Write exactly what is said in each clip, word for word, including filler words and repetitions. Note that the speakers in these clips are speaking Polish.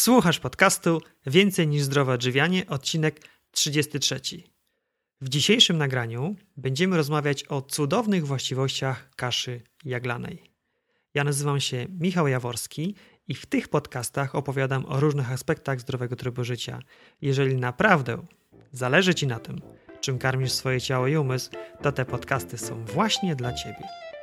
Słuchasz podcastu Więcej niż zdrowe odżywianie, odcinek trzydziesty trzeci. W dzisiejszym nagraniu będziemy rozmawiać o cudownych właściwościach kaszy jaglanej. Ja nazywam się Michał Jaworski i w tych podcastach opowiadam o różnych aspektach zdrowego trybu życia. Jeżeli naprawdę zależy Ci na tym, czym karmisz swoje ciało i umysł, to te podcasty są właśnie dla Ciebie.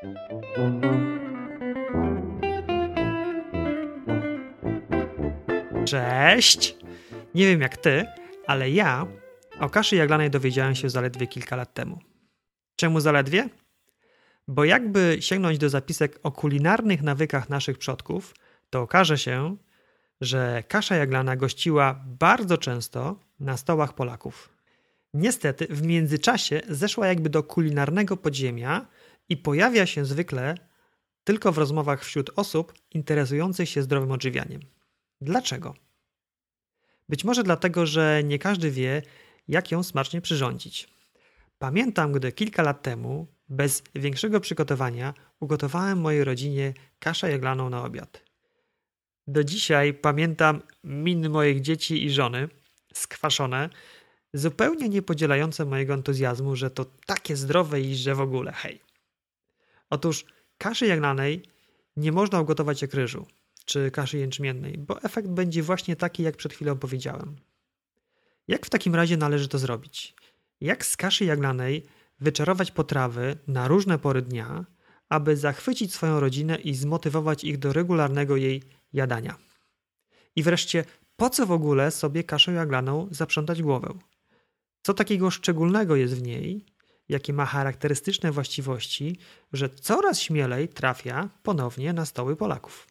Cześć! Nie wiem jak Ty, ale ja o kaszy jaglanej dowiedziałem się zaledwie kilka lat temu. Czemu zaledwie? Bo jakby sięgnąć do zapisek o kulinarnych nawykach naszych przodków, to okaże się, że kasza jaglana gościła bardzo często na stołach Polaków. Niestety w międzyczasie zeszła jakby do kulinarnego podziemia i pojawia się zwykle tylko w rozmowach wśród osób interesujących się zdrowym odżywianiem. Dlaczego? Być może dlatego, że nie każdy wie, jak ją smacznie przyrządzić. Pamiętam, gdy kilka lat temu, bez większego przygotowania, ugotowałem mojej rodzinie kaszę jaglaną na obiad. Do dzisiaj pamiętam miny moich dzieci i żony, skwaszone, zupełnie nie podzielające mojego entuzjazmu, że to takie zdrowe i że w ogóle hej. Otóż kaszy jaglanej nie można ugotować jak ryżu czy kaszy jęczmiennej, bo efekt będzie właśnie taki, jak przed chwilą powiedziałem. Jak w takim razie należy to zrobić? Jak z kaszy jaglanej wyczarować potrawy na różne pory dnia, aby zachwycić swoją rodzinę i zmotywować ich do regularnego jej jadania? I wreszcie, po co w ogóle sobie kaszę jaglaną zaprzątać głowę? Co takiego szczególnego jest w niej, jakie ma charakterystyczne właściwości, że coraz śmielej trafia ponownie na stoły Polaków?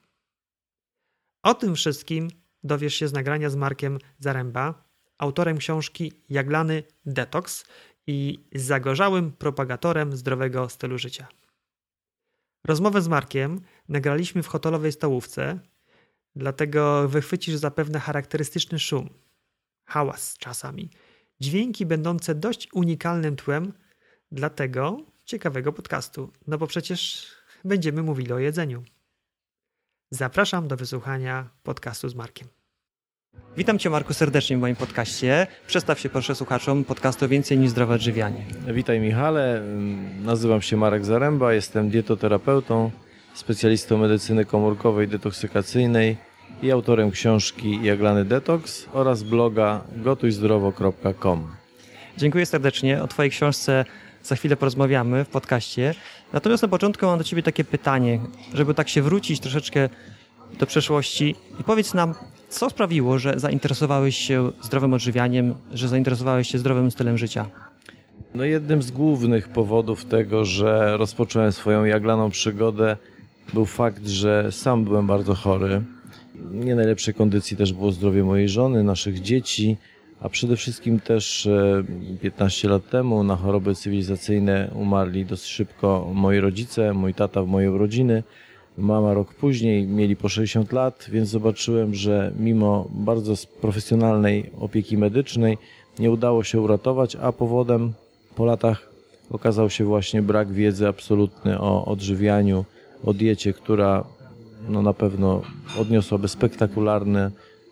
O tym wszystkim dowiesz się z nagrania z Markiem Zaremba, autorem książki Jaglany Detoks i zagorzałym propagatorem zdrowego stylu życia. Rozmowę z Markiem nagraliśmy w hotelowej stołówce, dlatego wychwycisz zapewne charakterystyczny szum, hałas czasami, dźwięki będące dość unikalnym tłem dla tego ciekawego podcastu, no bo przecież będziemy mówili o jedzeniu. Zapraszam do wysłuchania podcastu z Markiem. Witam Cię, Marku, serdecznie w moim podcaście. Przedstaw się proszę słuchaczom podcastu Więcej niż zdrowe odżywianie. Witaj, Michale, nazywam się Marek Zaremba, jestem dietoterapeutą, specjalistą medycyny komórkowej detoksykacyjnej i autorem książki Jaglany Detoks oraz bloga gotuj zdrowo kropka com. Dziękuję serdecznie. O Twojej książce za chwilę porozmawiamy w podcaście. Natomiast na początku mam do Ciebie takie pytanie, żeby tak się wrócić troszeczkę do przeszłości i powiedz nam, co sprawiło, że zainteresowałeś się zdrowym odżywianiem, że zainteresowałeś się zdrowym stylem życia? No jednym z głównych powodów tego, że rozpocząłem swoją jaglaną przygodę, był fakt, że sam byłem bardzo chory. Nie najlepszej kondycji też było zdrowie mojej żony, naszych dzieci, a przede wszystkim też piętnaście lat temu na choroby cywilizacyjne umarli dosyć szybko moi rodzice, mój tata w mojej urodziny, mama rok później, mieli po sześćdziesiąt lat, więc zobaczyłem, że mimo bardzo profesjonalnej opieki medycznej nie udało się uratować, a powodem po latach okazał się właśnie brak wiedzy absolutny o odżywianiu, o diecie, która no, na pewno odniosłaby spektakularne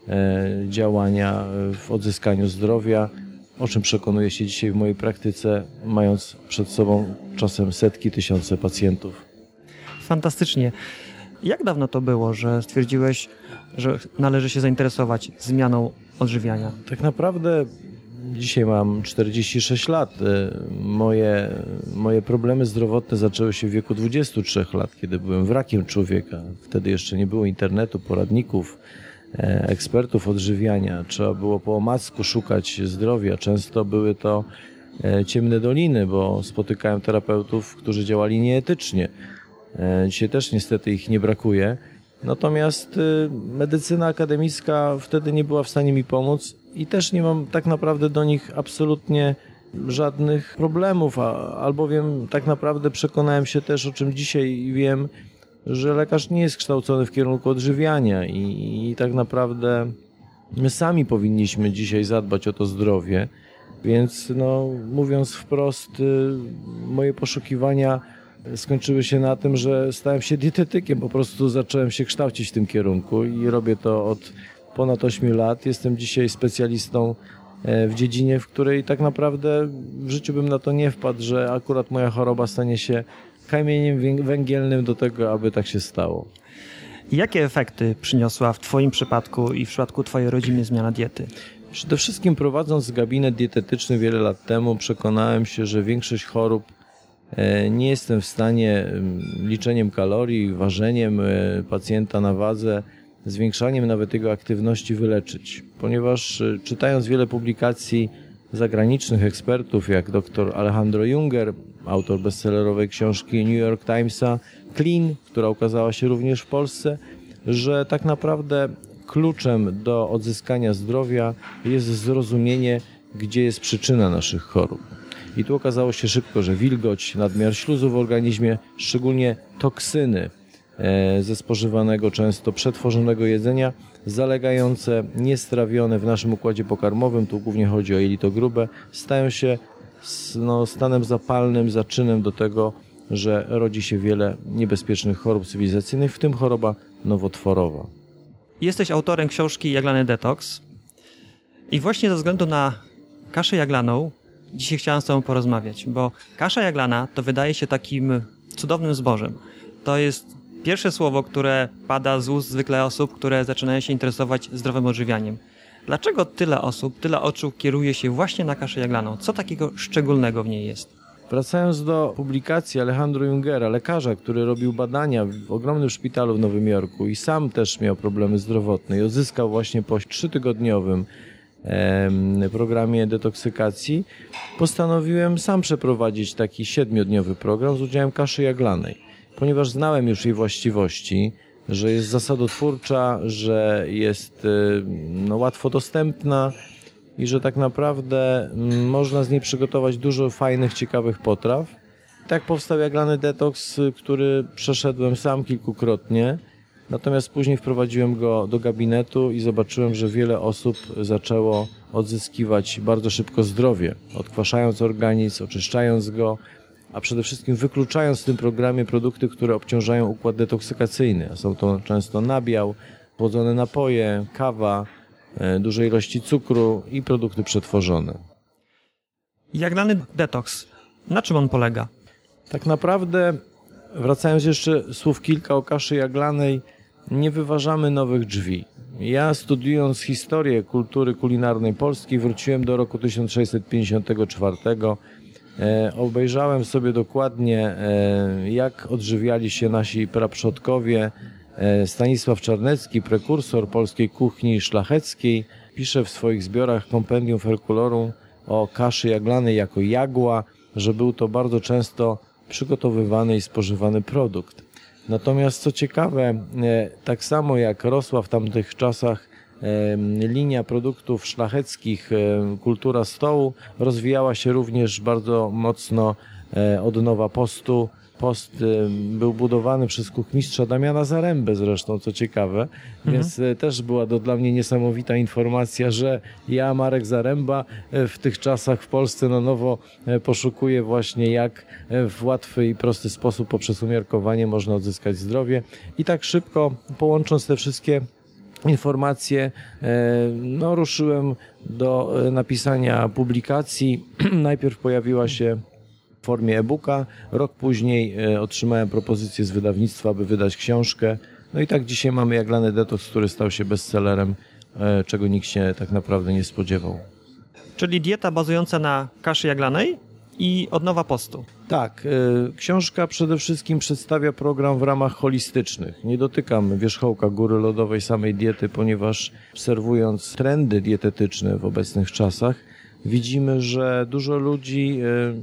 działania w odzyskaniu zdrowia, o czym przekonuję się dzisiaj w mojej praktyce, mając przed sobą czasem setki, tysiące pacjentów. Fantastycznie. Jak dawno to było, że stwierdziłeś, że należy się zainteresować zmianą odżywiania? Tak naprawdę dzisiaj mam czterdzieści sześć lat. Moje, moje problemy zdrowotne zaczęły się w wieku dwudziestu trzech lat, kiedy byłem wrakiem człowieka. Wtedy jeszcze nie było internetu, poradników, ekspertów odżywiania. Trzeba było po omacku szukać zdrowia. Często były to ciemne doliny, bo spotykałem terapeutów, którzy działali nieetycznie. Dzisiaj też niestety ich nie brakuje. Natomiast medycyna akademicka wtedy nie była w stanie mi pomóc i też nie mam tak naprawdę do nich absolutnie żadnych problemów, albowiem tak naprawdę przekonałem się też, o czym dzisiaj wiem, że lekarz nie jest kształcony w kierunku odżywiania i, i tak naprawdę my sami powinniśmy dzisiaj zadbać o to zdrowie, więc no, mówiąc wprost, moje poszukiwania skończyły się na tym, że stałem się dietetykiem, po prostu zacząłem się kształcić w tym kierunku i robię to od ponad ośmiu lat. Jestem dzisiaj specjalistą w dziedzinie, w której tak naprawdę w życiu bym na to nie wpadł, że akurat moja choroba stanie się kamieniem węgielnym do tego, aby tak się stało. Jakie efekty przyniosła w Twoim przypadku i w przypadku Twojej rodziny zmiana diety? Przede wszystkim prowadząc gabinet dietetyczny wiele lat temu przekonałem się, że większość chorób nie jestem w stanie liczeniem kalorii, ważeniem pacjenta na wadze, zwiększaniem nawet jego aktywności wyleczyć. Ponieważ czytając wiele publikacji zagranicznych ekspertów, jak dr Alejandro Junger, autor bestsellerowej książki New York Timesa Clean, która ukazała się również w Polsce, że tak naprawdę kluczem do odzyskania zdrowia jest zrozumienie, gdzie jest przyczyna naszych chorób. I tu okazało się szybko, że wilgoć, nadmiar śluzu w organizmie, szczególnie toksyny ze spożywanego często przetworzonego jedzenia, zalegające, niestrawione w naszym układzie pokarmowym, tu głównie chodzi o jelito grube, stają się no, stanem zapalnym, zaczynem do tego, że rodzi się wiele niebezpiecznych chorób cywilizacyjnych, w tym choroba nowotworowa. Jesteś autorem książki Jaglany Detoks i właśnie ze względu na kaszę jaglaną dzisiaj chciałem z Tobą porozmawiać, bo kasza jaglana to wydaje się takim cudownym zbożem. To jest pierwsze słowo, które pada z ust zwykle osób, które zaczynają się interesować zdrowym odżywianiem. Dlaczego tyle osób, tyle oczu kieruje się właśnie na kaszę jaglaną? Co takiego szczególnego w niej jest? Wracając do publikacji Alejandro Jungera, lekarza, który robił badania w ogromnym szpitalu w Nowym Jorku i sam też miał problemy zdrowotne i odzyskał właśnie po trzytygodniowym programie detoksykacji, postanowiłem sam przeprowadzić taki siedmiodniowy program z udziałem kaszy jaglanej. Ponieważ znałem już jej właściwości, że jest zasadotwórcza, że jest no, łatwo dostępna i że tak naprawdę można z niej przygotować dużo fajnych, ciekawych potraw. Tak powstał Jaglany Detoks, który przeszedłem sam kilkukrotnie, natomiast później wprowadziłem go do gabinetu i zobaczyłem, że wiele osób zaczęło odzyskiwać bardzo szybko zdrowie, odkwaszając organizm, oczyszczając go, a przede wszystkim wykluczając w tym programie produkty, które obciążają układ detoksykacyjny. Są to często nabiał, chłodzone napoje, kawa, duże ilości cukru i produkty przetworzone. Jaglany detoks. Na czym on polega? Tak naprawdę, wracając jeszcze słów kilka o kaszy jaglanej, nie wyważamy nowych drzwi. Ja studiując historię kultury kulinarnej Polski wróciłem do roku tysiąc sześćset pięćdziesiątego czwartego. E, obejrzałem sobie dokładnie, e, jak odżywiali się nasi praprzodkowie. E, Stanisław Czarnecki, prekursor polskiej kuchni szlacheckiej, pisze w swoich zbiorach Compendium Herculorum o kaszy jaglanej jako jagła, że był to bardzo często przygotowywany i spożywany produkt. Natomiast co ciekawe, e, tak samo jak rosła w tamtych czasach linia produktów szlacheckich, kultura stołu, rozwijała się również bardzo mocno odnowa postu. Post był budowany przez kuchmistrza Damiana Zarębę zresztą, co ciekawe, mhm. Więc też była to dla mnie niesamowita informacja, że ja, Marek Zaręba, w tych czasach w Polsce na nowo poszukuję właśnie, jak w łatwy i prosty sposób poprzez umiarkowanie można odzyskać zdrowie. I tak szybko, połącząc te wszystkie informacje, no, ruszyłem do napisania publikacji. Najpierw pojawiła się w formie e-booka, rok później otrzymałem propozycję z wydawnictwa, aby wydać książkę. No i tak dzisiaj mamy Jaglany Detoks, który stał się bestsellerem, czego nikt się tak naprawdę nie spodziewał. Czyli dieta bazująca na kaszy jaglanej i odnowa postu. Tak, książka przede wszystkim przedstawia program w ramach holistycznych. Nie dotykam wierzchołka góry lodowej samej diety, ponieważ obserwując trendy dietetyczne w obecnych czasach, widzimy, że dużo ludzi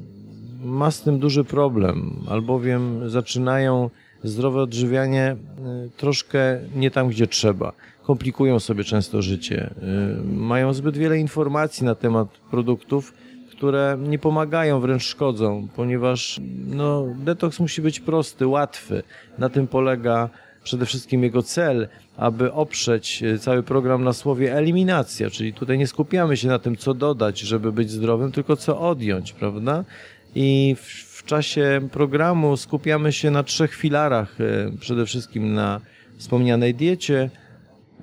ma z tym duży problem, albowiem zaczynają zdrowe odżywianie troszkę nie tam, gdzie trzeba. Komplikują sobie często życie. Mają zbyt wiele informacji na temat produktów, które nie pomagają, wręcz szkodzą, ponieważ no, detoks musi być prosty, łatwy. Na tym polega przede wszystkim jego cel, aby oprzeć cały program na słowie eliminacja, czyli tutaj nie skupiamy się na tym, co dodać, żeby być zdrowym, tylko co odjąć, prawda? I w, w czasie programu skupiamy się na trzech filarach, przede wszystkim na wspomnianej diecie,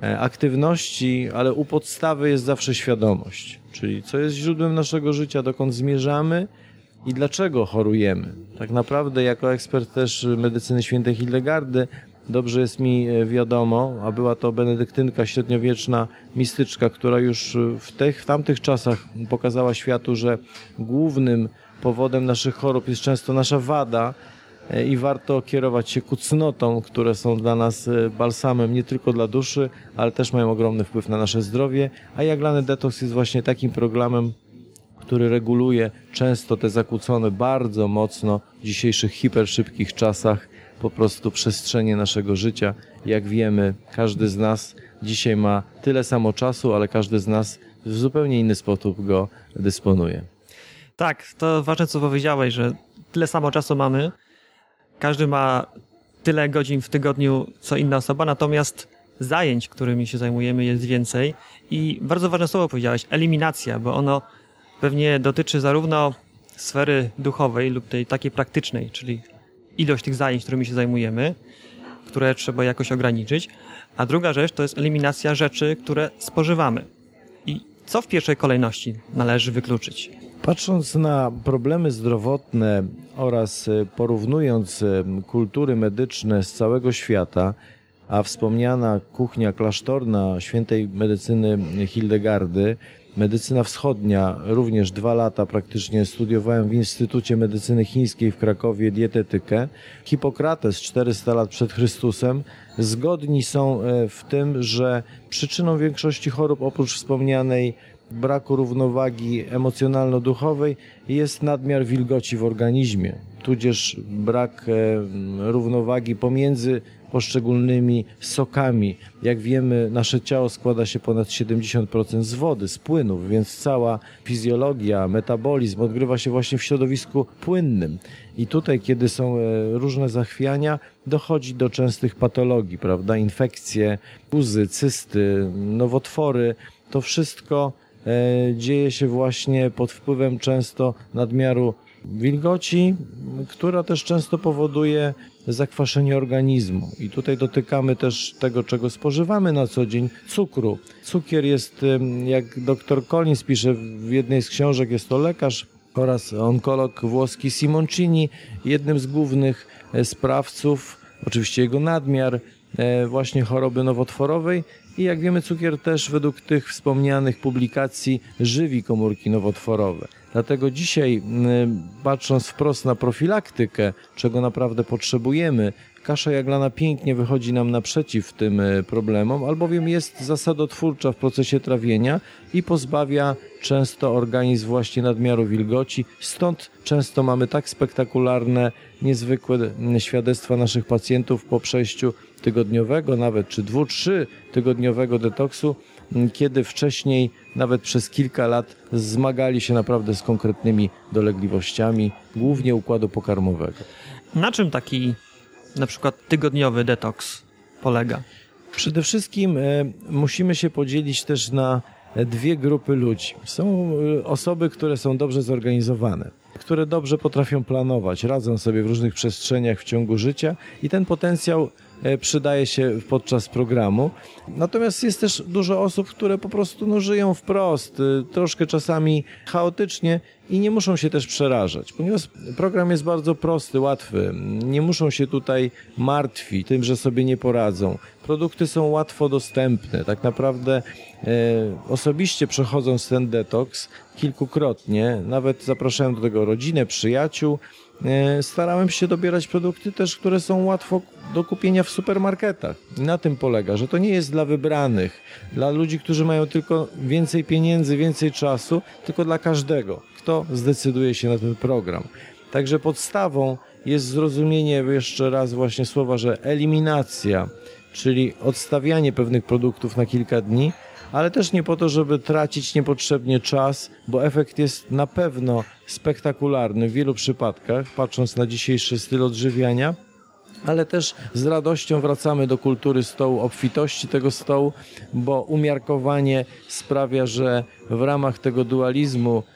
aktywności, ale u podstawy jest zawsze świadomość, czyli co jest źródłem naszego życia, dokąd zmierzamy i dlaczego chorujemy. Tak naprawdę jako ekspert też medycyny świętej Hildegardy dobrze jest mi wiadomo, a była to benedyktynka średniowieczna, mistyczka, która już w, tych, w tamtych czasach pokazała światu, że głównym powodem naszych chorób jest często nasza wada i warto kierować się ku cnotom, które są dla nas balsamem nie tylko dla duszy, ale też mają ogromny wpływ na nasze zdrowie, a jaglany detoks jest właśnie takim programem, który reguluje często te zakłócone bardzo mocno w dzisiejszych hiperszybkich czasach po prostu przestrzenie naszego życia. Jak wiemy, każdy z nas dzisiaj ma tyle samo czasu, ale każdy z nas w zupełnie inny sposób go dysponuje. Tak, to ważne, co powiedziałeś, że tyle samo czasu mamy, każdy ma tyle godzin w tygodniu, co inna osoba, natomiast zajęć, którymi się zajmujemy, jest więcej. I bardzo ważne słowo powiedziałeś, eliminacja, bo ono pewnie dotyczy zarówno sfery duchowej lub tej takiej praktycznej, czyli ilość tych zajęć, którymi się zajmujemy, które trzeba jakoś ograniczyć, a druga rzecz to jest eliminacja rzeczy, które spożywamy. I co w pierwszej kolejności należy wykluczyć? Patrząc na problemy zdrowotne oraz porównując kultury medyczne z całego świata, a wspomniana kuchnia klasztorna świętej medycyny Hildegardy, medycyna wschodnia, również dwa lata praktycznie studiowałem w Instytucie Medycyny Chińskiej w Krakowie dietetykę. Hipokrates czterysta lat przed Chrystusem zgodni są w tym, że przyczyną większości chorób oprócz wspomnianej braku równowagi emocjonalno-duchowej jest nadmiar wilgoci w organizmie, tudzież brak równowagi pomiędzy poszczególnymi sokami. Jak wiemy, nasze ciało składa się ponad siedemdziesiąt procent z wody, z płynów, więc cała fizjologia, metabolizm odgrywa się właśnie w środowisku płynnym. I tutaj, kiedy są różne zachwiania, dochodzi do częstych patologii, prawda? Infekcje, guzy, cysty, nowotwory. To wszystko dzieje się właśnie pod wpływem często nadmiaru wilgoci, która też często powoduje zakwaszenie organizmu. I tutaj dotykamy też tego, czego spożywamy na co dzień, cukru. Cukier jest, jak dr Collins pisze w jednej z książek, jest to lekarz oraz onkolog włoski Simoncini, jednym z głównych sprawców, oczywiście jego nadmiar, właśnie choroby nowotworowej. I jak wiemy, cukier też według tych wspomnianych publikacji żywi komórki nowotworowe. Dlatego dzisiaj, patrząc wprost na profilaktykę, czego naprawdę potrzebujemy, kasza jaglana pięknie wychodzi nam naprzeciw tym problemom, albowiem jest zasadotwórcza w procesie trawienia i pozbawia często organizm właśnie nadmiaru wilgoci. Stąd często mamy tak spektakularne, niezwykłe świadectwa naszych pacjentów po przejściu tygodniowego, nawet czy dwu, trzy tygodniowego detoksu, kiedy wcześniej nawet przez kilka lat zmagali się naprawdę z konkretnymi dolegliwościami, głównie układu pokarmowego. Na czym taki na przykład tygodniowy detoks polega? Przede wszystkim e, musimy się podzielić też na dwie grupy ludzi. Są osoby, które są dobrze zorganizowane, które dobrze potrafią planować, radzą sobie w różnych przestrzeniach w ciągu życia i ten potencjał przydaje się podczas programu. Natomiast jest też dużo osób, które po prostu no, żyją wprost, troszkę czasami chaotycznie i nie muszą się też przerażać, ponieważ program jest bardzo prosty, łatwy. Nie muszą się tutaj martwić tym, że sobie nie poradzą. Produkty są łatwo dostępne. Tak naprawdę e, osobiście przechodząc ten detoks kilkukrotnie, nawet zapraszałem do tego rodzinę, przyjaciół, e, starałem się dobierać produkty też, które są łatwo do kupienia w supermarketach. I na tym polega, że to nie jest dla wybranych, dla ludzi, którzy mają tylko więcej pieniędzy, więcej czasu, tylko dla każdego, kto zdecyduje się na ten program. Także podstawą jest zrozumienie jeszcze raz właśnie słowa, że eliminacja, czyli odstawianie pewnych produktów na kilka dni, ale też nie po to, żeby tracić niepotrzebnie czas, bo efekt jest na pewno spektakularny w wielu przypadkach, patrząc na dzisiejszy styl odżywiania, ale też z radością wracamy do kultury stołu, obfitości tego stołu, bo umiarkowanie sprawia, że w ramach tego dualizmu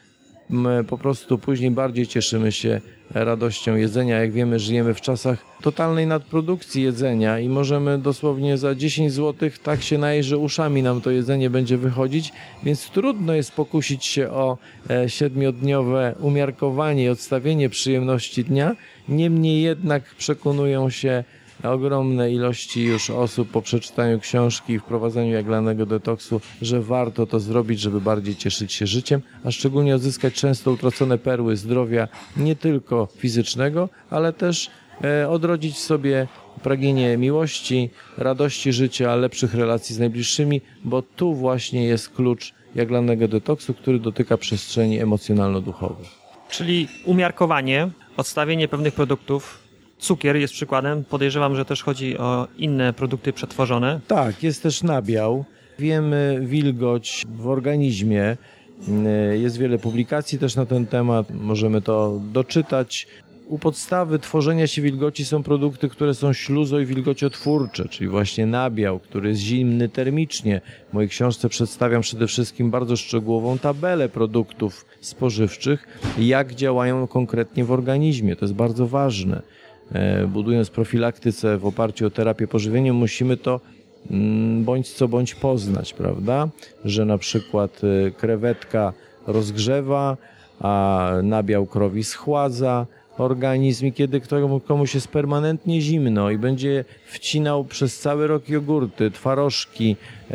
my po prostu później bardziej cieszymy się radością jedzenia. Jak wiemy, żyjemy w czasach totalnej nadprodukcji jedzenia i możemy dosłownie za dziesięć złotych tak się najeść, że uszami nam to jedzenie będzie wychodzić, więc trudno jest pokusić się o siedmiodniowe umiarkowanie i odstawienie przyjemności dnia. Niemniej jednak przekonują się ogromne ilości już osób po przeczytaniu książki i wprowadzeniu jaglanego detoksu, że warto to zrobić, żeby bardziej cieszyć się życiem, a szczególnie odzyskać często utracone perły zdrowia, nie tylko fizycznego, ale też e, odrodzić w sobie pragnienie miłości, radości życia, lepszych relacji z najbliższymi, bo tu właśnie jest klucz jaglanego detoksu, który dotyka przestrzeni emocjonalno-duchowych. Czyli umiarkowanie, odstawienie pewnych produktów. Cukier jest przykładem. Podejrzewam, że też chodzi o inne produkty przetworzone. Tak, jest też nabiał. Wiemy wilgoć w organizmie. Jest wiele publikacji też na ten temat. Możemy to doczytać. U podstawy tworzenia się wilgoci są produkty, które są śluzo- i wilgociotwórcze, czyli właśnie nabiał, który jest zimny termicznie. W mojej książce przedstawiam przede wszystkim bardzo szczegółową tabelę produktów spożywczych, jak działają konkretnie w organizmie. To jest bardzo ważne. Budując profilaktyce w oparciu o terapię pożywieniem, musimy to bądź co bądź poznać, prawda? Że na przykład krewetka rozgrzewa, a nabiał krowi schładza organizm i kiedy komuś jest permanentnie zimno i będzie wcinał przez cały rok jogurty, twarożki,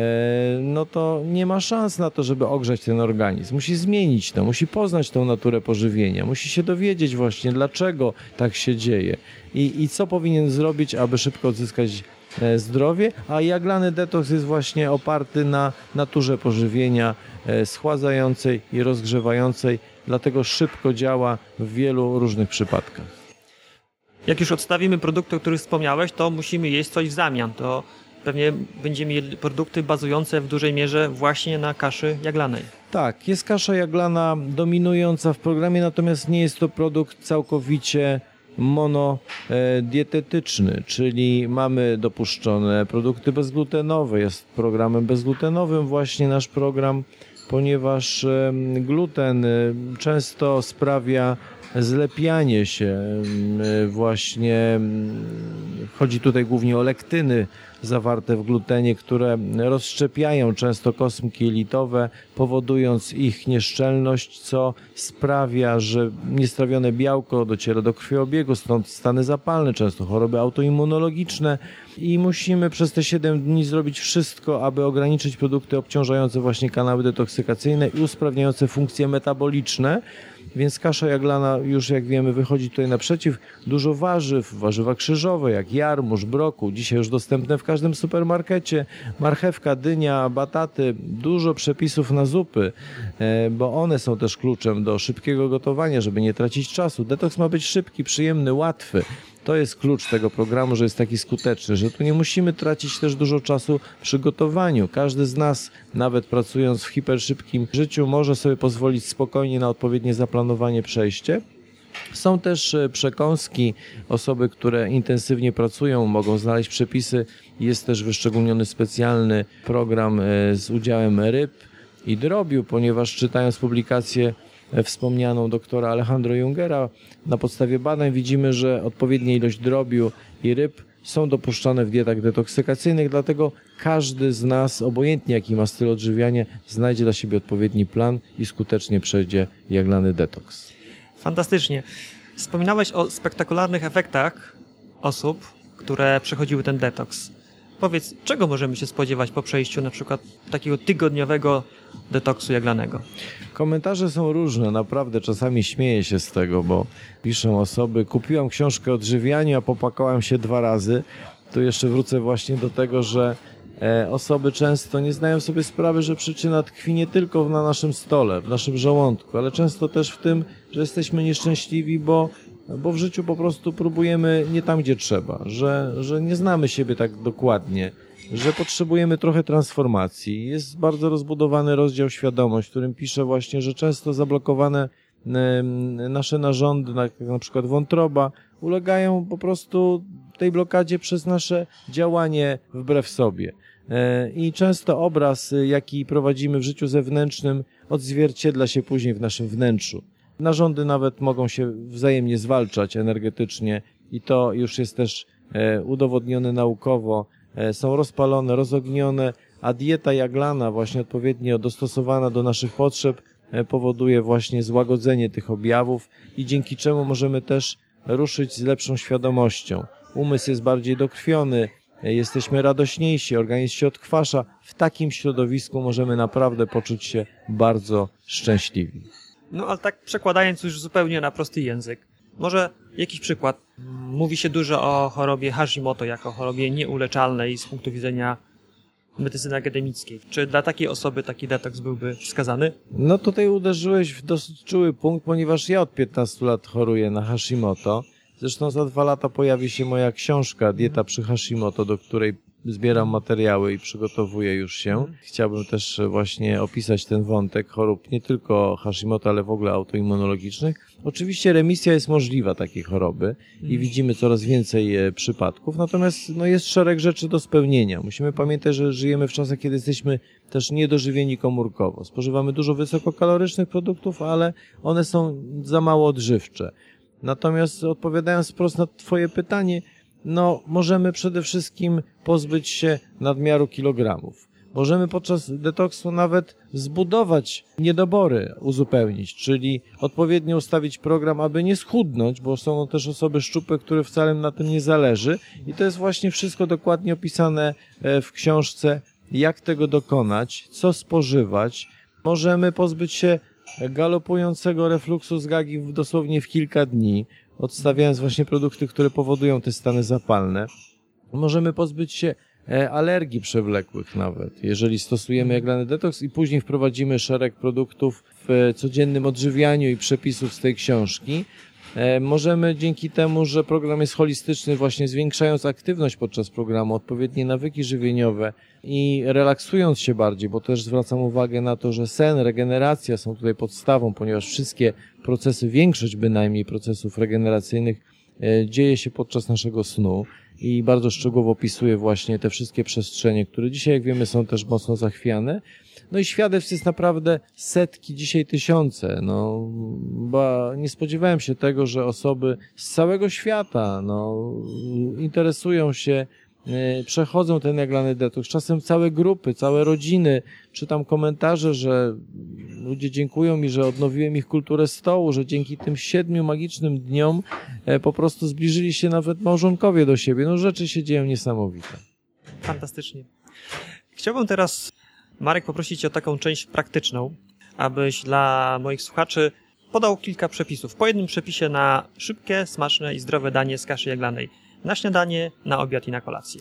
no to nie ma szans na to, żeby ogrzać ten organizm. Musi zmienić to, musi poznać tą naturę pożywienia, musi się dowiedzieć właśnie, dlaczego tak się dzieje i, i co powinien zrobić, aby szybko odzyskać zdrowie, a jaglany detoks jest właśnie oparty na naturze pożywienia schładzającej i rozgrzewającej, dlatego szybko działa w wielu różnych przypadkach. Jak już odstawimy produkty, o których wspomniałeś, to musimy jeść coś w zamian. To pewnie będziemy jedli produkty bazujące w dużej mierze właśnie na kaszy jaglanej. Tak, jest kasza jaglana dominująca w programie, natomiast nie jest to produkt całkowicie monodietetyczny, czyli mamy dopuszczone produkty bezglutenowe. Jest programem bezglutenowym właśnie nasz program, ponieważ gluten często sprawia zlepianie się. Właśnie chodzi tutaj głównie o lektyny zawarte w glutenie, które rozszczepiają często kosmki jelitowe, powodując ich nieszczelność, co sprawia, że niestrawione białko dociera do krwiobiegu, stąd stany zapalne, często choroby autoimmunologiczne i musimy przez te siedem dni zrobić wszystko, aby ograniczyć produkty obciążające właśnie kanały detoksykacyjne i usprawniające funkcje metaboliczne. Więc kasza jaglana już, jak wiemy, wychodzi tutaj naprzeciw. Dużo warzyw, warzywa krzyżowe jak jarmuż, brokuł, dzisiaj już dostępne w każdym supermarkecie, marchewka, dynia, bataty, dużo przepisów na zupy, bo one są też kluczem do szybkiego gotowania, żeby nie tracić czasu. Detoks ma być szybki, przyjemny, łatwy. To jest klucz tego programu, że jest taki skuteczny, że tu nie musimy tracić też dużo czasu przy gotowaniu. Każdy z nas, nawet pracując w hiperszybkim życiu, może sobie pozwolić spokojnie na odpowiednie zaplanowanie przejście. Są też przekąski. Osoby, które intensywnie pracują, mogą znaleźć przepisy. Jest też wyszczególniony specjalny program z udziałem ryb i drobiu, ponieważ czytając publikację wspomnianą doktora Alejandro Jungera, na podstawie badań widzimy, że odpowiednia ilość drobiu i ryb są dopuszczane w dietach detoksykacyjnych, dlatego każdy z nas, obojętnie jaki ma styl odżywiania, znajdzie dla siebie odpowiedni plan i skutecznie przejdzie jaglany detoks. Fantastycznie. Wspominałeś o spektakularnych efektach osób, które przechodziły ten detoks. Powiedz, czego możemy się spodziewać po przejściu na przykład takiego tygodniowego detoksu jaglanego? Komentarze są różne, naprawdę czasami śmieję się z tego, bo piszą osoby, kupiłam książkę o odżywianiu, a popłakałam się dwa razy. Tu jeszcze wrócę właśnie do tego, że e, osoby często nie zdają sobie sprawy, że przyczyna tkwi nie tylko na naszym stole, w naszym żołądku, ale często też w tym, że jesteśmy nieszczęśliwi, bo bo w życiu po prostu próbujemy nie tam, gdzie trzeba, że, że nie znamy siebie tak dokładnie, że potrzebujemy trochę transformacji. Jest bardzo rozbudowany rozdział świadomość, w którym piszę właśnie, że często zablokowane nasze narządy, jak na przykład wątroba, ulegają po prostu tej blokadzie przez nasze działanie wbrew sobie. I często obraz, jaki prowadzimy w życiu zewnętrznym, odzwierciedla się później w naszym wnętrzu. Narządy nawet mogą się wzajemnie zwalczać energetycznie i to już jest też udowodnione naukowo. Są rozpalone, rozognione, a dieta jaglana właśnie odpowiednio dostosowana do naszych potrzeb powoduje właśnie złagodzenie tych objawów i dzięki czemu możemy też ruszyć z lepszą świadomością. Umysł jest bardziej dokrwiony, jesteśmy radośniejsi, organizm się odkwasza. W takim środowisku możemy naprawdę poczuć się bardzo szczęśliwi. No ale tak przekładając już zupełnie na prosty język, może jakiś przykład. Mówi się dużo o chorobie Hashimoto jako chorobie nieuleczalnej z punktu widzenia medycyny akademickiej. Czy dla takiej osoby taki detoks byłby wskazany? No tutaj uderzyłeś w dosyć czuły punkt, ponieważ ja od piętnastu lat choruję na Hashimoto. Zresztą za dwa lata pojawi się moja książka Dieta przy Hashimoto, do której zbieram materiały i przygotowuję już się. Chciałbym też właśnie opisać ten wątek chorób nie tylko Hashimoto, ale w ogóle autoimmunologicznych. Oczywiście remisja jest możliwa takiej choroby i widzimy coraz więcej przypadków, natomiast no, jest szereg rzeczy do spełnienia. Musimy pamiętać, że żyjemy w czasach, kiedy jesteśmy też niedożywieni komórkowo. Spożywamy dużo wysokokalorycznych produktów, ale one są za mało odżywcze. Natomiast odpowiadając wprost na Twoje pytanie, no możemy przede wszystkim pozbyć się nadmiaru kilogramów. Możemy podczas detoksu nawet zbudować niedobory, uzupełnić, czyli odpowiednio ustawić program, aby nie schudnąć, bo są też osoby szczupłe, które wcale na tym nie zależy i to jest właśnie wszystko dokładnie opisane w książce, jak tego dokonać, co spożywać. Możemy pozbyć się galopującego refluksu z gagi dosłownie w kilka dni, odstawiając właśnie produkty, które powodują te stany zapalne. Możemy pozbyć się alergii przewlekłych nawet, jeżeli stosujemy jaglany detoks i później wprowadzimy szereg produktów w codziennym odżywianiu i przepisów z tej książki. Możemy dzięki temu, że program jest holistyczny, właśnie zwiększając aktywność podczas programu, odpowiednie nawyki żywieniowe i relaksując się bardziej, bo też zwracam uwagę na to, że sen, regeneracja są tutaj podstawą, ponieważ wszystkie procesy, większość bynajmniej procesów regeneracyjnych dzieje się podczas naszego snu i bardzo szczegółowo opisuję właśnie te wszystkie przestrzenie, które dzisiaj, jak wiemy, są też mocno zachwiane. No i świadectw jest naprawdę setki, dzisiaj tysiące. No, bo nie spodziewałem się tego, że osoby z całego świata no, interesują się, przechodzą ten jaglany detoks. Czasem całe grupy, całe rodziny. Czytam komentarze, że ludzie dziękują mi, że odnowiłem ich kulturę stołu, że dzięki tym siedmiu magicznym dniom po prostu zbliżyli się nawet małżonkowie do siebie. No rzeczy się dzieją niesamowite. Fantastycznie. Chciałbym teraz, Marek, poprosić Cię o taką część praktyczną, abyś dla moich słuchaczy podał kilka przepisów. Po jednym przepisie na szybkie, smaczne i zdrowe danie z kaszy jaglanej. Na śniadanie, na obiad i na kolację.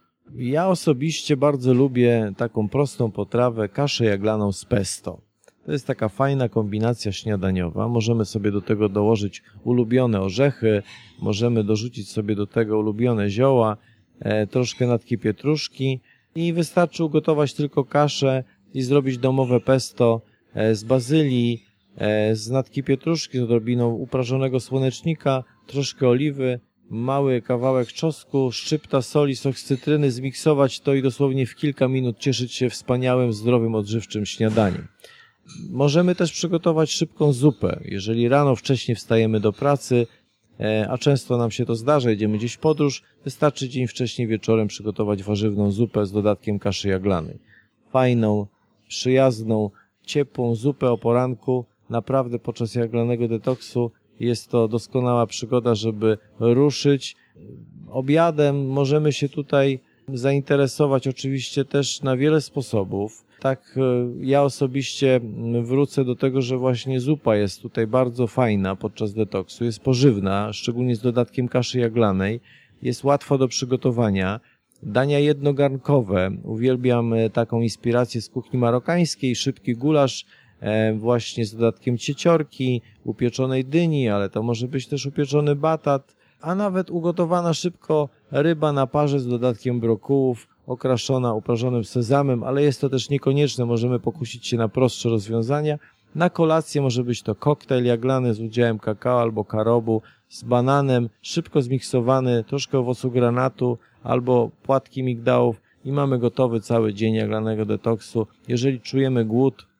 Ja osobiście bardzo lubię taką prostą potrawę, kaszę jaglaną z pesto. To jest taka fajna kombinacja śniadaniowa. Możemy sobie do tego dołożyć ulubione orzechy, możemy dorzucić sobie do tego ulubione zioła, e, troszkę natki pietruszki i wystarczy ugotować tylko kaszę i zrobić domowe pesto e, z bazylii, e, z natki pietruszki, z odrobiną uprażonego słonecznika, troszkę oliwy, mały kawałek czosnku, szczypta soli, sok z cytryny, zmiksować to i dosłownie w kilka minut cieszyć się wspaniałym, zdrowym, odżywczym śniadaniem. Możemy też przygotować szybką zupę. Jeżeli rano wcześniej wstajemy do pracy, a często nam się to zdarza, idziemy gdzieś w podróż, wystarczy dzień wcześniej wieczorem przygotować warzywną zupę z dodatkiem kaszy jaglanej. Fajną, przyjazną, ciepłą zupę o poranku, naprawdę podczas jaglanego detoksu jest to doskonała przygoda, żeby ruszyć. Obiadem możemy się tutaj zainteresować oczywiście też na wiele sposobów. Tak, ja osobiście wrócę do tego, że właśnie zupa jest tutaj bardzo fajna podczas detoksu, jest pożywna, szczególnie z dodatkiem kaszy jaglanej, jest łatwa do przygotowania. Dania jednogarnkowe, uwielbiam taką inspirację z kuchni marokańskiej, szybki gulasz, właśnie z dodatkiem cieciorki, upieczonej dyni, ale to może być też upieczony batat, a nawet ugotowana szybko ryba na parze z dodatkiem brokułów, okraszona uprażonym sezamem, ale jest to też niekonieczne, możemy pokusić się na prostsze rozwiązania. Na kolację może być to koktajl jaglany z udziałem kakao albo karobu, z bananem, szybko zmiksowany, troszkę owocu granatu albo płatki migdałów i mamy gotowy cały dzień jaglanego detoksu. Jeżeli czujemy głód,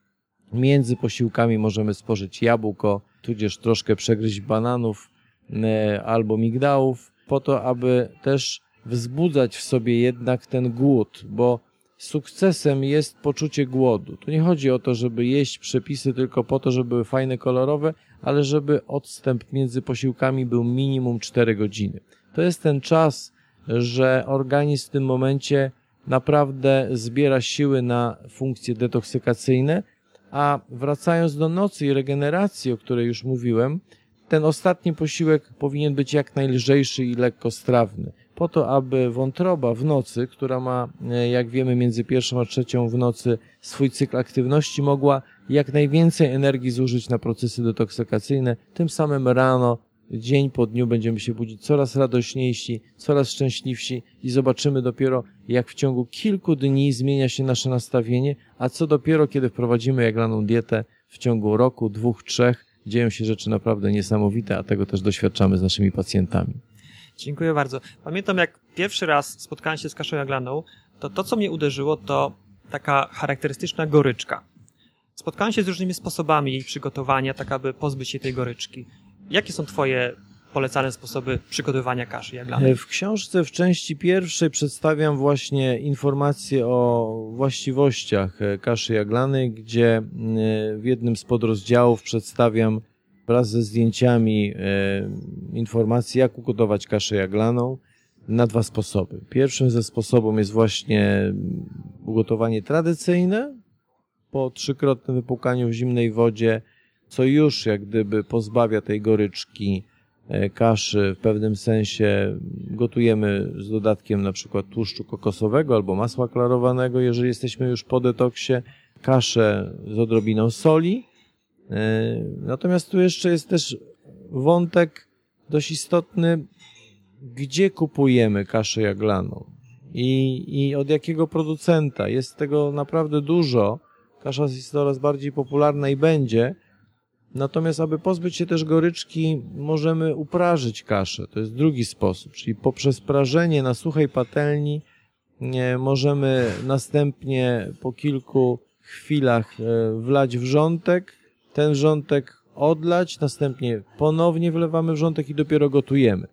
Między posiłkami możemy spożyć jabłko, tudzież troszkę przegryźć bananów e, albo migdałów, po to, aby też wzbudzać w sobie jednak ten głód, bo sukcesem jest poczucie głodu. Tu nie chodzi o to, żeby jeść przepisy tylko po to, żeby były fajne, kolorowe, ale żeby odstęp między posiłkami był minimum cztery godziny. To jest ten czas, że organizm w tym momencie naprawdę zbiera siły na funkcje detoksykacyjne, a wracając do nocy i regeneracji, o której już mówiłem, ten ostatni posiłek powinien być jak najlżejszy i lekkostrawny, po to, aby wątroba w nocy, która ma, jak wiemy, między pierwszą a trzecią w nocy swój cykl aktywności, mogła jak najwięcej energii zużyć na procesy detoksykacyjne. Tym samym rano, dzień po dniu będziemy się budzić coraz radośniejsi, coraz szczęśliwsi i zobaczymy dopiero, jak w ciągu kilku dni zmienia się nasze nastawienie, a co dopiero, kiedy wprowadzimy jaglaną dietę w ciągu roku, dwóch, trzech, dzieją się rzeczy naprawdę niesamowite, a tego też doświadczamy z naszymi pacjentami. Dziękuję bardzo. Pamiętam, jak pierwszy raz spotkałem się z kaszą jaglaną, to to, co mnie uderzyło, to taka charakterystyczna goryczka. Spotkałem się z różnymi sposobami jej przygotowania, tak aby pozbyć się tej goryczki. Jakie są twoje polecane sposoby przygotowywania kaszy jaglanej? W książce w części pierwszej przedstawiam właśnie informacje o właściwościach kaszy jaglanej, gdzie w jednym z podrozdziałów przedstawiam wraz ze zdjęciami informacje, jak ugotować kaszę jaglaną na dwa sposoby. Pierwszym ze sposobów jest właśnie ugotowanie tradycyjne po trzykrotnym wypłukaniu w zimnej wodzie, co już jak gdyby pozbawia tej goryczki kaszy. W pewnym sensie gotujemy z dodatkiem na przykład tłuszczu kokosowego albo masła klarowanego, jeżeli jesteśmy już po detoksie, kaszę z odrobiną soli. Natomiast tu jeszcze jest też wątek dość istotny, gdzie kupujemy kaszę jaglaną i, i od jakiego producenta. Jest tego naprawdę dużo. Kasza jest coraz bardziej popularna i będzie. Natomiast, aby pozbyć się też goryczki, możemy uprażyć kaszę. To jest drugi sposób, czyli poprzez prażenie na suchej patelni nie, możemy następnie po kilku chwilach wlać wrzątek, ten wrzątek odlać, następnie ponownie wlewamy wrzątek i dopiero gotujemy.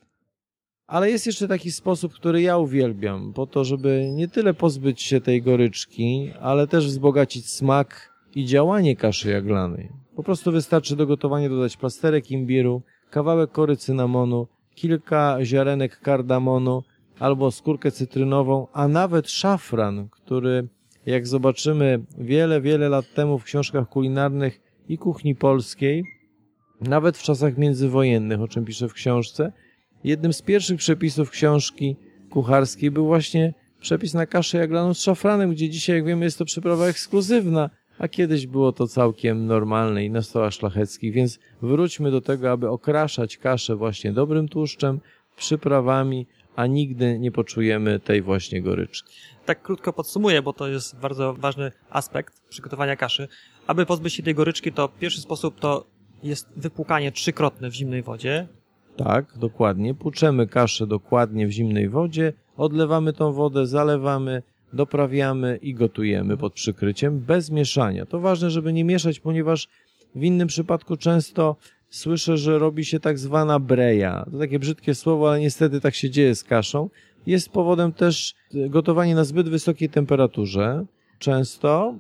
Ale jest jeszcze taki sposób, który ja uwielbiam, po to, żeby nie tyle pozbyć się tej goryczki, ale też wzbogacić smak i działanie kaszy jaglanej. Po prostu wystarczy do gotowania dodać plasterek imbiru, kawałek kory cynamonu, kilka ziarenek kardamonu albo skórkę cytrynową, a nawet szafran, który, jak zobaczymy wiele, wiele lat temu w książkach kulinarnych i kuchni polskiej, nawet w czasach międzywojennych, o czym piszę w książce, jednym z pierwszych przepisów książki kucharskiej był właśnie przepis na kaszę jaglaną z szafranem, gdzie dzisiaj, jak wiemy, jest to przyprawa ekskluzywna, a kiedyś było to całkiem normalne i na stołach szlacheckich, więc wróćmy do tego, aby okraszać kaszę właśnie dobrym tłuszczem, przyprawami, a nigdy nie poczujemy tej właśnie goryczki. Tak krótko podsumuję, bo to jest bardzo ważny aspekt przygotowania kaszy. Aby pozbyć się tej goryczki, to pierwszy sposób to jest wypłukanie trzykrotne w zimnej wodzie. Tak, dokładnie. Płuczemy kaszę dokładnie w zimnej wodzie, odlewamy tą wodę, zalewamy, doprawiamy i gotujemy pod przykryciem bez mieszania. To ważne, żeby nie mieszać, ponieważ w innym przypadku często słyszę, że robi się tak zwana breja. To takie brzydkie słowo, ale niestety tak się dzieje z kaszą. Jest powodem też gotowanie na zbyt wysokiej temperaturze, często,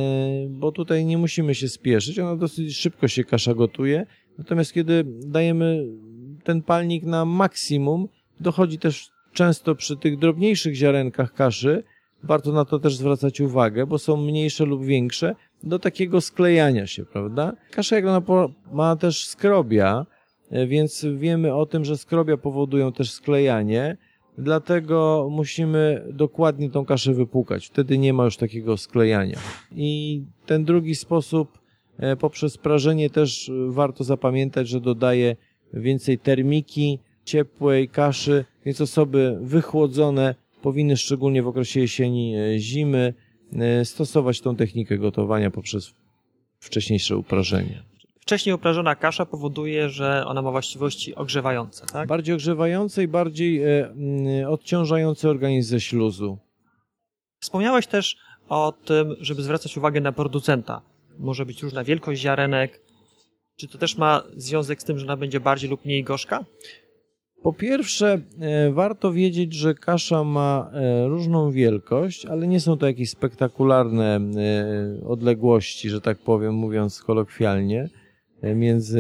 bo tutaj nie musimy się spieszyć, ona dosyć szybko się kasza gotuje. Natomiast kiedy dajemy ten palnik na maksimum, dochodzi też często przy tych drobniejszych ziarenkach kaszy, warto na to też zwracać uwagę, bo są mniejsze lub większe, do takiego sklejania się, prawda? Kasza jaglana ma też skrobia, więc wiemy o tym, że skrobia powodują też sklejanie, dlatego musimy dokładnie tą kaszę wypłukać. Wtedy nie ma już takiego sklejania. I ten drugi sposób, poprzez prażenie też warto zapamiętać, że dodaje więcej termiki, ciepłej kaszy, więc osoby wychłodzone powinny szczególnie w okresie jesieni, zimy stosować tą technikę gotowania poprzez wcześniejsze uprażenie. Wcześniej uprażona kasza powoduje, że ona ma właściwości ogrzewające, tak? Bardziej ogrzewające i bardziej e, odciążające organizm ze śluzu. Wspomniałeś też o tym, żeby zwracać uwagę na producenta może być różna wielkość ziarenek. Czy to też ma związek z tym, że ona będzie bardziej lub mniej gorzka? Po pierwsze, e, warto wiedzieć, że kasza ma e, różną wielkość, ale nie są to jakieś spektakularne e, odległości, że tak powiem, mówiąc kolokwialnie, e, między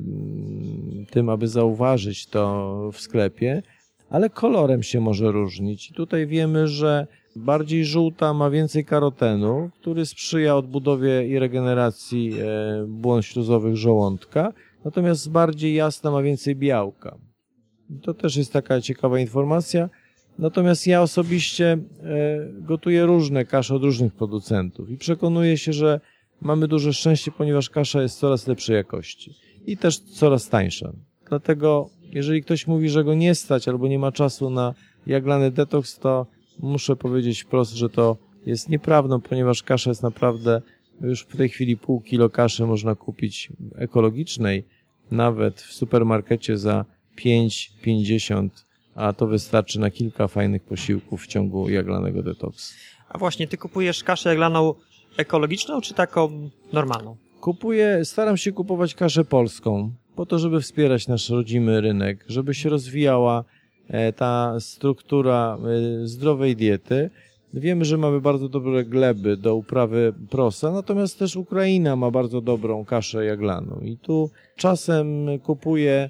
m, tym, aby zauważyć to w sklepie, ale kolorem się może różnić. I tutaj wiemy, że bardziej żółta ma więcej karotenu, który sprzyja odbudowie i regeneracji e, błon śluzowych żołądka, natomiast bardziej jasna ma więcej białka. To też jest taka ciekawa informacja. Natomiast ja osobiście e, gotuję różne kasze od różnych producentów i przekonuję się, że mamy duże szczęście, ponieważ kasza jest coraz lepszej jakości i też coraz tańsza. Dlatego jeżeli ktoś mówi, że go nie stać albo nie ma czasu na jaglany detoks, to muszę powiedzieć wprost, że to jest nieprawdą, ponieważ kasza jest naprawdę, już w tej chwili pół kilo kaszy można kupić ekologicznej, nawet w supermarkecie za pięć pięćdziesiąt, a to wystarczy na kilka fajnych posiłków w ciągu jaglanego detoksu. A właśnie, ty kupujesz kaszę jaglaną ekologiczną, czy taką normalną? Kupuję, staram się kupować kaszę polską, po to, żeby wspierać nasz rodzimy rynek, żeby się rozwijała ta struktura zdrowej diety. Wiemy, że mamy bardzo dobre gleby do uprawy prosa, natomiast też Ukraina ma bardzo dobrą kaszę jaglaną i tu czasem kupuję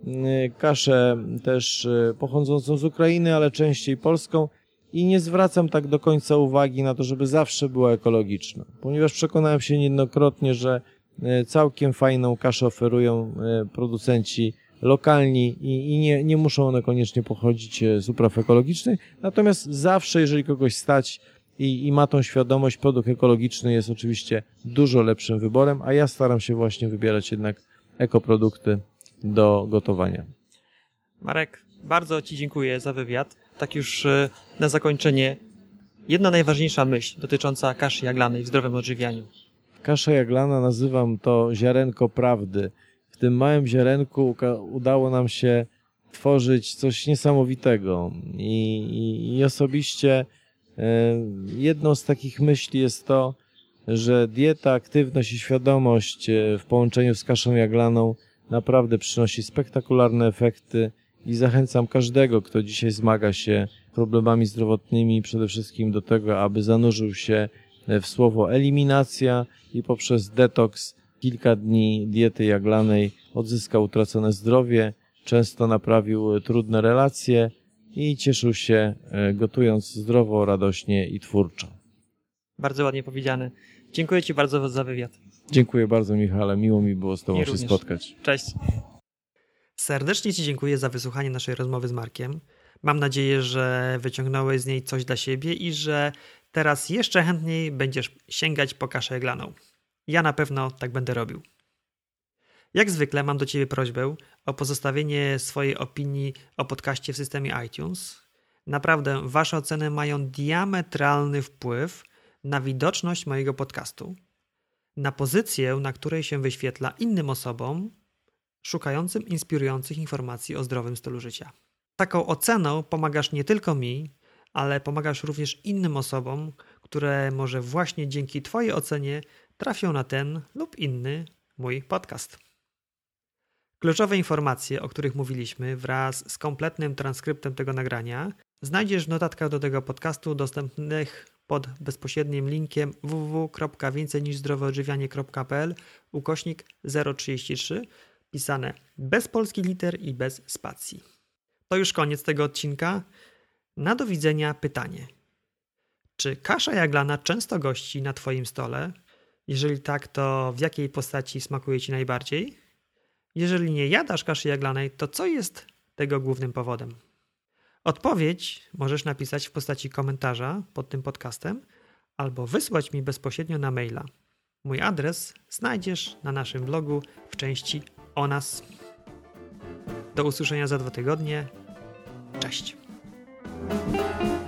kaszę też pochodzącą z Ukrainy, ale częściej polską i nie zwracam tak do końca uwagi na to, żeby zawsze była ekologiczna, ponieważ przekonałem się niejednokrotnie, że całkiem fajną kaszę oferują producenci lokalni i, i nie, nie muszą one koniecznie pochodzić z upraw ekologicznych, natomiast zawsze, jeżeli kogoś stać i, i ma tą świadomość, produkt ekologiczny jest oczywiście dużo lepszym wyborem, a ja staram się właśnie wybierać jednak ekoprodukty do gotowania. Marek, bardzo Ci dziękuję za wywiad. Tak już na zakończenie, jedna najważniejsza myśl dotycząca kaszy jaglanej w zdrowym odżywianiu. Kasza jaglana, nazywam to ziarenko prawdy. W tym małym ziarenku udało nam się tworzyć coś niesamowitego i, i, i osobiście e, jedną z takich myśli jest to, że dieta, aktywność i świadomość w połączeniu z kaszą jaglaną naprawdę przynosi spektakularne efekty i zachęcam każdego, kto dzisiaj zmaga się z problemami zdrowotnymi, przede wszystkim do tego, aby zanurzył się w słowo eliminacja i poprzez detoks kilka dni diety jaglanej odzyskał utracone zdrowie, często naprawił trudne relacje i cieszył się gotując zdrowo, radośnie i twórczo. Bardzo ładnie powiedziane. Dziękuję Ci bardzo za wywiad. Dziękuję bardzo, Michale. Miło mi było z Tobą Nie się również. spotkać. Cześć. Serdecznie Ci dziękuję za wysłuchanie naszej rozmowy z Markiem. Mam nadzieję, że wyciągnąłeś z niej coś dla siebie i że teraz jeszcze chętniej będziesz sięgać po kaszę jaglaną. Ja na pewno tak będę robił. Jak zwykle mam do Ciebie prośbę o pozostawienie swojej opinii o podcaście w systemie iTunes. Naprawdę Wasze oceny mają diametralny wpływ na widoczność mojego podcastu, na pozycję, na której się wyświetla innym osobom szukającym inspirujących informacji o zdrowym stylu życia. Taką oceną pomagasz nie tylko mi, ale pomagasz również innym osobom, które może właśnie dzięki Twojej ocenie trafią na ten lub inny mój podcast. Kluczowe informacje, o których mówiliśmy, wraz z kompletnym transkryptem tego nagrania znajdziesz w notatkach do tego podcastu dostępnych pod bezpośrednim linkiem w w w kropka więcej niż zdrowe odżywianie kropka p l ukośnik zero trzydzieści trzy pisane bez polskich liter i bez spacji. To już koniec tego odcinka. Na do widzenia pytanie. Czy kasza jaglana często gości na Twoim stole? Jeżeli tak, to w jakiej postaci smakuje Ci najbardziej? Jeżeli nie jadasz kaszy jaglanej, to co jest tego głównym powodem? Odpowiedź możesz napisać w postaci komentarza pod tym podcastem albo wysłać mi bezpośrednio na maila. Mój adres znajdziesz na naszym blogu w części o nas. Do usłyszenia za dwa tygodnie. Cześć.